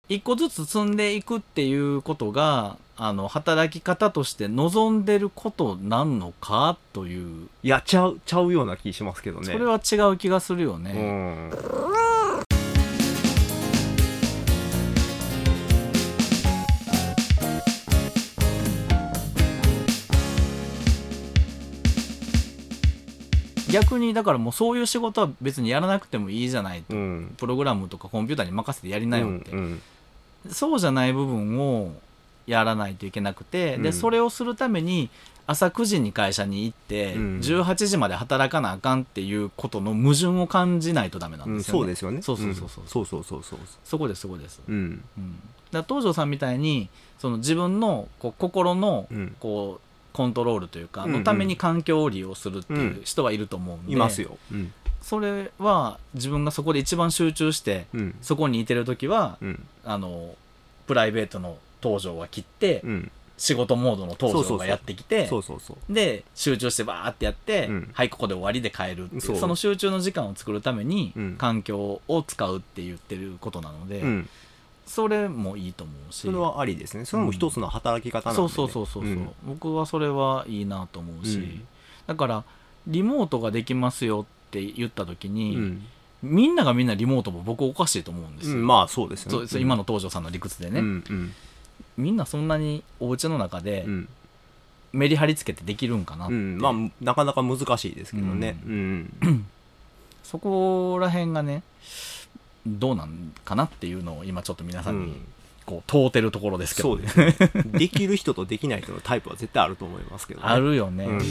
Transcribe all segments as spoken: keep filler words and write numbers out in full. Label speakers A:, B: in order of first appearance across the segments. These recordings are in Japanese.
A: 一個ずつ積んでいくっていうことがあの働き方として望んでることなんのかという。
B: いやちゃうちゃうような気しますけどね。
A: それは違う気がするよね。
B: うん
A: 逆にだからもうそういう仕事は別にやらなくてもいいじゃないと、
B: うん、
A: プログラムとかコンピューターに任せてやりなよって、
B: うんうん、
A: そうじゃない部分をやらないといけなくて、うん、でそれをするために朝くじに会社に行って、うん、じゅうはちじまで働かなあかんっていうことの矛盾を感じないとダメなんですよね、うん、
B: そうですよね。
A: そうそうそうそう、
B: そうそうそうそう
A: そこですそこです、
B: うん、
A: うん、だから東條さんみたいにその自分のこう心のこう、うんコントロールというかのために環境を利用するっていう人はいると思うんで、
B: いますよ、うん、
A: それは自分がそこで一番集中して、うん、そこにいてるときは、うん、あのプライベートの東條は切って、うん、仕事モードの東條がやってきて、で集中してバーってやって、うん、はいここで終わりで帰るっていう、 そ, その集中の時間を作るために、うん、環境を使うって言ってることなので、うんそれもいいと思うし、
B: それはありですね。それも一つの働き方なんで、ね、
A: うん、そうそうそうそうそう、うん、僕はそれはいいなと思うし、うん、だからリモートができますよって言った時に、うん、みんながみんなリモートも僕おかしいと思うんですよ、
B: うん、まあそうですね。
A: そうそう今の東條さんの理屈でね、うんうん、みんなそんなにお家の中でメリハリつけてできるんかなって、うん、
B: まあなかなか難しいですけどね、うんうん、
A: そこら辺がねどうなんかなっていうのを今ちょっと皆さんにこう問うてるところですけど、ね、
B: そうですね。できる人とできない人のタイプは絶対あると思いますけどね。
A: あるよね、うん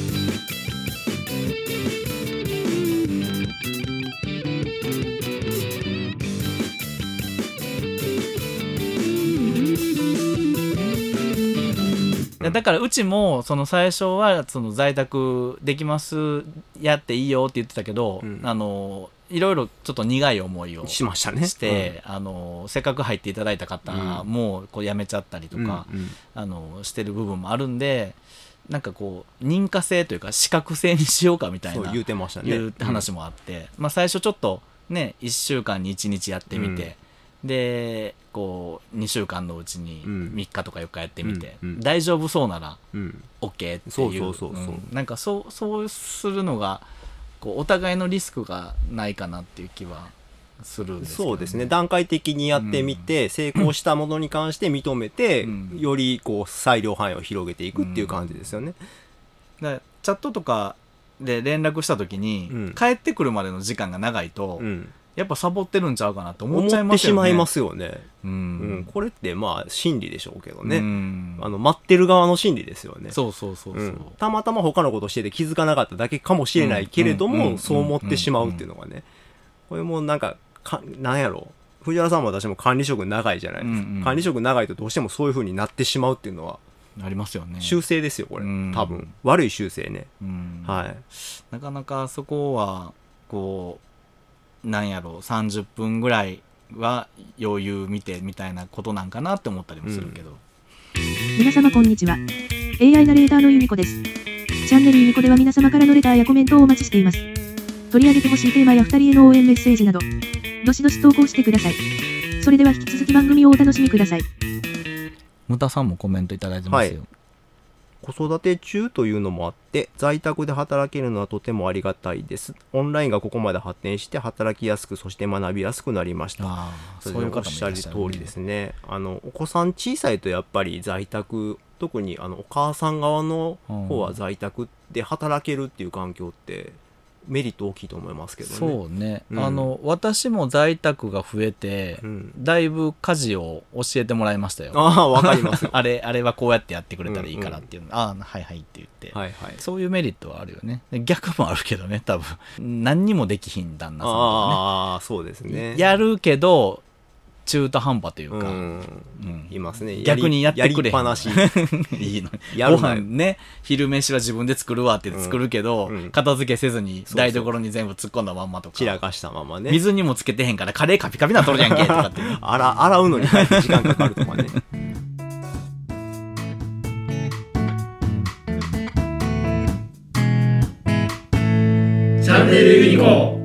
A: だからうちもその最初はその在宅できますやっていいよって言ってたけど、うん、あのいろいろちょっと苦い思いを
B: しましたね。
A: して、うん、あのせっかく入っていただいた方もこう辞めちゃったりとか、うんうん、あのしてる部分もあるんで、なんかこう認可制というか資格制にしようかみたいな
B: 言うてましたね。
A: いう話もあって、うんまあ、最初ちょっとねいっしゅうかんにいちにちやってみて、うん、でこうにしゅうかんのうちにみっかとかよっかやってみて、うんうん、大丈夫そうなら OK っていう、
B: そうそうそうそう、うん、
A: なんかそうそうするのがこうお互いのリスクがないかなっていう気はするんですけど、ね、
B: そうですね。段階的にやってみて、うん、成功したものに関して認めて、うん、よりこう裁量範囲を広げていくっていう感じですよね、
A: うん、だチャットとかで連絡した時に、うん、帰ってくるまでの時間が長いと、うんやっぱサボってるんちゃうかなと思っちゃいますよね。
B: 思ってしまいますよね、うんうん、これってまあ心理でしょうけどね、うん、あの待ってる側の心理ですよね。
A: そうそうそうそう、うん、
B: たまたま他のことしてて気づかなかっただけかもしれないけれども、うん、そう思ってしまうっていうのがね、これもなんか、かなんやろう、藤原さんも私も管理職長いじゃないですか、うんうん、管理職長いとどうしてもそういう風になってしまうっていうのは
A: ありますよね。
B: 修正ですよこれ、うん、多分悪い修正ね、うん、はい。
A: なかなかそこはこうなんやろうさんじゅっぷんぐらいは余裕見てみたいなことなんかなって思ったりもするけど、うん、
C: 皆様こんにちは。 エーアイ ナレーターのユニコです。チャンネルユニコでは皆様からのレターやコメントをお待ちしています。取り上げてほしいテーマやふたりへの応援メッセージなどどしどし投稿してください。それでは引き続き番組をお楽しみください。
A: ムタさんもコメントいただいてますよ、はい。
B: 子育て中というのもあって在宅で働けるのはとてもありがたいです。オンラインがここまで発展して働きやすくそして学びやすくなりました。
A: あ
B: それでおっしゃる通りですね。あのお子さん小さいとやっぱり在宅、特にあのお母さん側の方は在宅で働けるっていう環境ってメリット大きいと思いますけどね。
A: そうね、うん、あの私も在宅が増えて、うん、だいぶ家事を教えてもらいましたよ。
B: ああ、わかりますよ。
A: あれあれはこうやってやってくれたらいいからっていう、うんうん、ああはいはいって言って、はいはい、そういうメリットはあるよね。逆もあるけどね、多分何にもできひん旦那さんとかね。
B: ああそうですね。
A: やるけど中途半端というか、
B: うんうん、いますね。
A: 逆にやってくれへん。
B: やりっぱなし
A: いいの。ご飯ね、昼飯は自分で作るわって作るけど、うんうん、片付けせずに台所に全部突っ込んだまんまとか、
B: 散らかしたままね。
A: 水にもつけてへんからカレーカピカピなっとるやんけとかって、ね、
B: 洗, 洗うのに時間かかるとかね。
D: チャンネルユニコ。